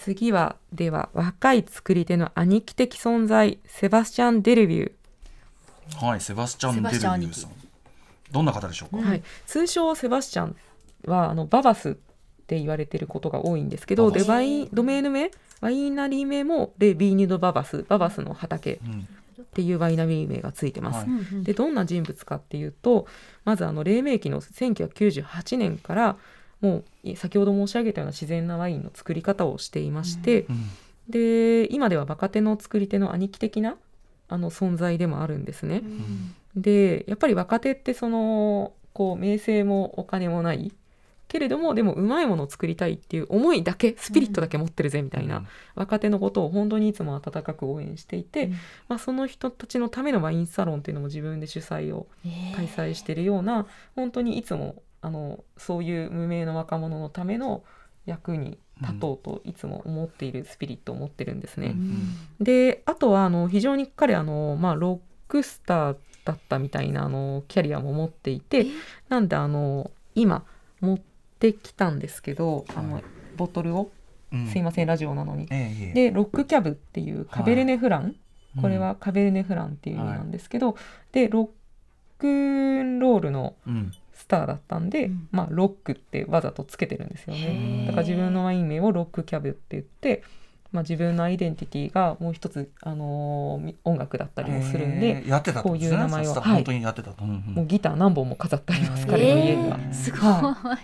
次はでは若い作り手の兄貴的存在セバスチャン・デルビュー、 はい、セバスチャン・デルビューさん、どんな方でしょうか。 はい、通称セバスチャンはババスって言われていることが多いんですけど、でドメーヌ名ワイナリー名もレ・ビーニュド・ババスの畑っていうワイナリー名がついてます、でどんな人物かっていうと、まず黎明期の1998年からもう先ほど申し上げたような自然なワインの作り方をしていまして、で今では若手の作り手の兄貴的な存在でもあるんですね、でやっぱり若手ってこう名声もお金もないけれどもでもうまいものを作りたいっていう思いだけスピリットだけ持ってるぜみたいな、若手のことを本当にいつも温かく応援していて、その人たちのためのワインサロンっていうのも自分で主催を開催しているような、本当にいつもそういう無名の若者のための役に立とうといつも思っているスピリットを持ってるんですね、であとは非常に彼ロックスターだったみたいなキャリアも持っていて、なんで今持ってきたんですけどボトルを、すいませんラジオなのに、でロックキャブっていうカベルネフラン、これはカベルネフランっていう意味なんですけど、でロックンロールのスターだったんで、ロックってわざとつけてるんですよね。だから自分のワイン名をロックキャブって言って、自分のアイデンティティがもう一つ、音楽だったりもするんで、 やってたこういう名前を、 本当にやってたと、 もうギター何本も飾ってあります、彼の家には。 すごい、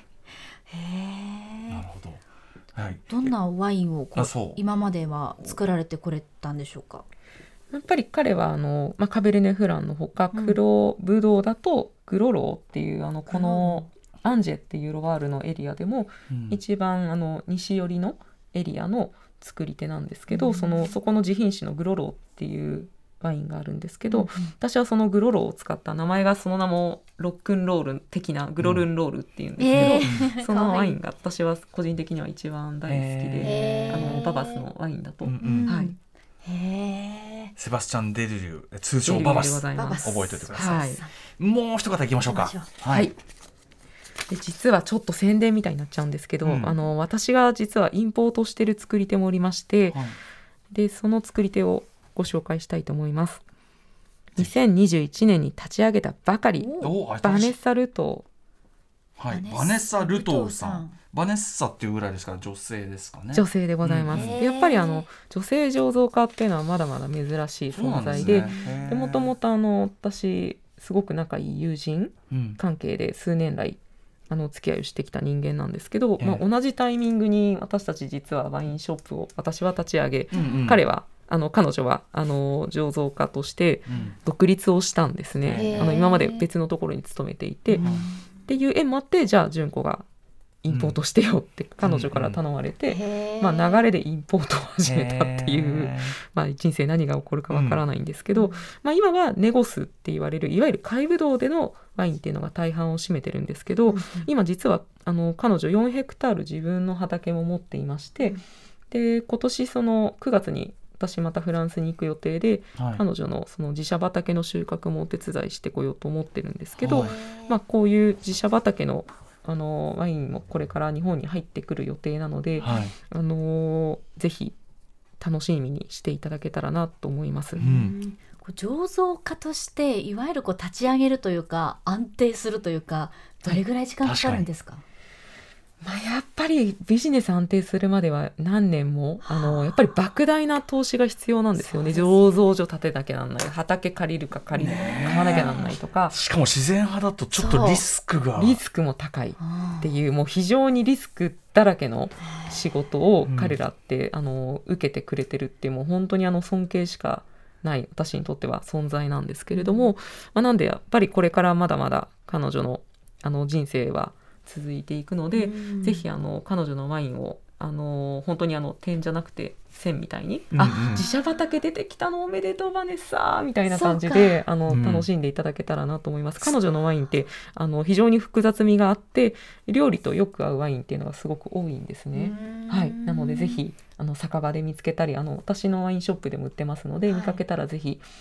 なるほど、はい、 どんなワインを今までは作られてこれたんでしょうか。 やっぱり彼はカベルネフランのほか黒ブドウだとグロローっていうこのアンジェっていうロワールのエリアでも一番西寄りのエリアの作り手なんですけど、そこの自品種のグロローっていうワインがあるんですけど、私はそのグロローを使った名前がその名もロックンロール的なグロルンロールっていうんですけど、そのワインが私は個人的には一番大好きで、ババスのワインだと、はい、 セバスチャン・デルリュー通称ババス、覚えておいてください、もう一方いきましょうか。はい、 で実はちょっと宣伝みたいになっちゃうんですけど、私が実はインポートしてる作り手もおりまして、でその作り手をご紹介したいと思います。2021年に立ち上げたばかりバネッサ・ルトー、バネッサ・ルトーさん、バネッサっていうぐらいですから女性ですかね。 女性でございます、やっぱり女性醸造家っていうのはまだまだ珍しい存在で、もともと私すごく仲いい友人関係で数年来付き合いをしてきた人間なんですけど、同じタイミングに私たち実はワインショップを私は立ち上げ、彼は彼女は醸造家として独立をしたんですね。今まで別のところに勤めていて、っていう縁もあって、じゃあ純子がインポートしてよって彼女から頼まれて、流れでインポートを始めたっていう、人生何が起こるかわからないんですけど、今はネゴスって言われるいわゆる貝ぶどうでのワインっていうのが大半を占めてるんですけど、今実は彼女4ヘクタール自分の畑も持っていまして、で今年その9月に私またフランスに行く予定で、彼女のその自社畑の収穫もお手伝いしてこようと思ってるんですけど、こういう自社畑のワインもこれから日本に入ってくる予定なので、ぜひ楽しみにしていただけたらなと思います。 醸造家としていわゆる立ち上げるというか安定するというか、どれぐらい時間かかるんですか。 やっぱりビジネス安定するまでは何年もやっぱり莫大な投資が必要なんですよね。醸造所建てなきゃなんない、畑借りるか買わなきゃなんないとか、 しかも自然派だとちょっとリスクも高いっていう、もう非常にリスクだらけの仕事を彼らって受けてくれてるっていう、もう本当に尊敬しかない私にとっては存在なんですけれども、なんでやっぱりこれからまだまだ彼女の人生は続いていくので、ぜひ彼女のワインを本当に点じゃなくて線みたいに、自社畑出てきたのおめでとうバネッサーみたいな感じで楽しんでいただけたらなと思います。彼女のワインって非常に複雑味があって、料理とよく合うワインっていうのがすごく多いんですね。なのでぜひ酒場で見つけたり私のワインショップでも売ってますので、見かけたらぜひ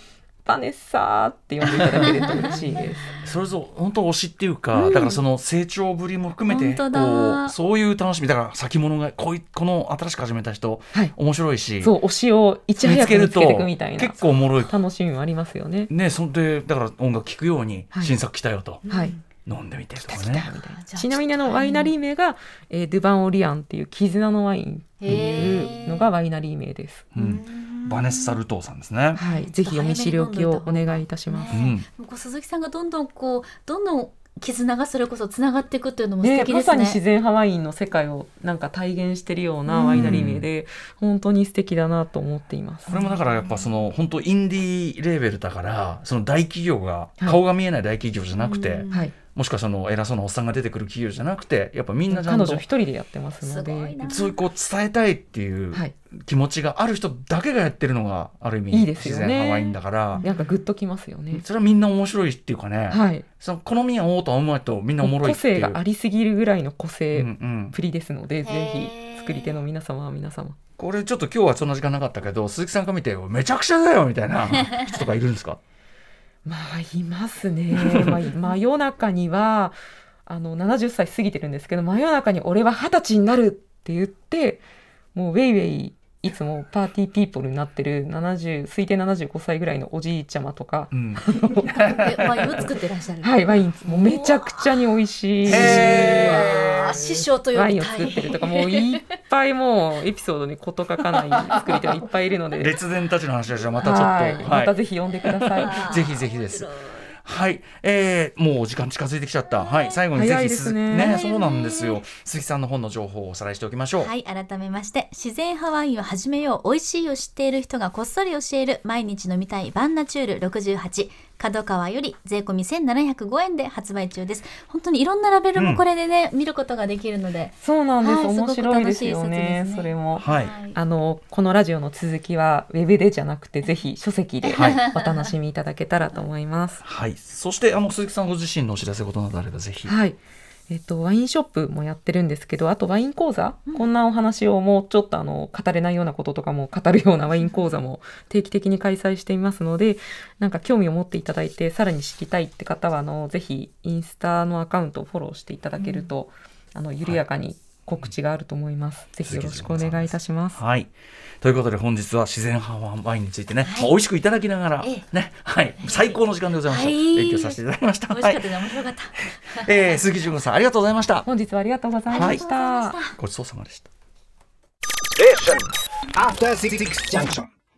バネッサーって呼んでいただけると嬉しいですそれぞれ本当推しっていうか、だからその成長ぶりも含めてこうそういう楽しみだから先物がこの新しく始めた人、面白いし、 そう推しをいち早く見つけていくみたいな結構おもろい楽しみもありますよね。 ね、そんでだから音楽聴くように新作来たよと、飲んでみてとかね。 ちなみにワイナリー名が、ドゥバンオリアンっていう絆のワインっていうのがワイナリー名です。 バネッサ・ルトーさんですね。 ぜひお見知りおきをお願いいたします。 鈴木さんがどんどん絆がそれこそつながっていくっていうのも素敵ですね。 まさに自然派ワインの世界をなんか体現してるようなワイナリー名で、本当に素敵だなと思っています。 これもだからやっぱその本当インディーレーベルだから、その大企業が、顔が見えない大企業じゃなくて、もしくはその偉そうなおっさんが出てくる企業じゃなくて、やっぱみんなちゃんと彼女一人でやってますので、 そういうこう伝えたいっていう気持ちがある人だけがやってるのがある意味いいですよね。 自然派ワインだから、 なんかグッときますよね。 それはみんな面白いっていうかね、その好みが合うと合うまいとみんなおもろいっていう個性がありすぎるぐらいの個性プリですので、ぜひ作り手の皆様は皆様、 これちょっと今日はそんな時間なかったけど、鈴木さんが見てめちゃくちゃだよみたいな人とかいるんですか？ いますね。真夜中には70歳過ぎてるんですけど、真夜中に俺は20歳になるって言って、もうウェイウェイいつもパーティーピーポルになってる推定75歳ぐらいのおじいちゃまとか、 ワインを作ってらっしゃる。 ワインもうめちゃくちゃに美味しい師匠と呼びたいワインを作ってるとか、もういっぱいもうエピソードに事欠かない作り手がいっぱいいるので、 列伝たちの話はじゃあまたちょっと、 またぜひ読んでください。 ぜひぜひです。もうお時間近づいてきちゃった。最後にぜひ早いですね。 そうなんですよ。鈴木さんの本の情報をおさらいしておきましょう。 改めまして、自然派ワインを始めよう、美味しいを知っている人がこっそり教える毎日飲みたいバンナチュール68、角川より税込み1705円で発売中です。本当にいろんなラベルもこれでね、見ることができるので、 そうなんです。面白いですよね。それも、このラジオの続きはウェブでじゃなくて、ぜひ書籍でお楽しみいただけたらと思います。 そして鈴木さんご自身のお知らせことなどあればぜひ。 ワインショップもやってるんですけど、あとワイン講座、こんなお話をもうちょっと語れないようなこととかも語るようなワイン講座も定期的に開催していますので、なんか興味を持っていただいてさらに知りたいって方はぜひインスタのアカウントをフォローしていただけると、緩やかに告知があると思います。ぜひよろしくお願いいたします。 ということで本日は自然派ワインについてね、美味しくいただきながらね、最高の時間でございました。勉強させていただきました。 美味しかったね、面白かった。 鈴木純子さんありがとうございました。 本日はありがとうございました。 ごちそうさまでした。 After 66 junction.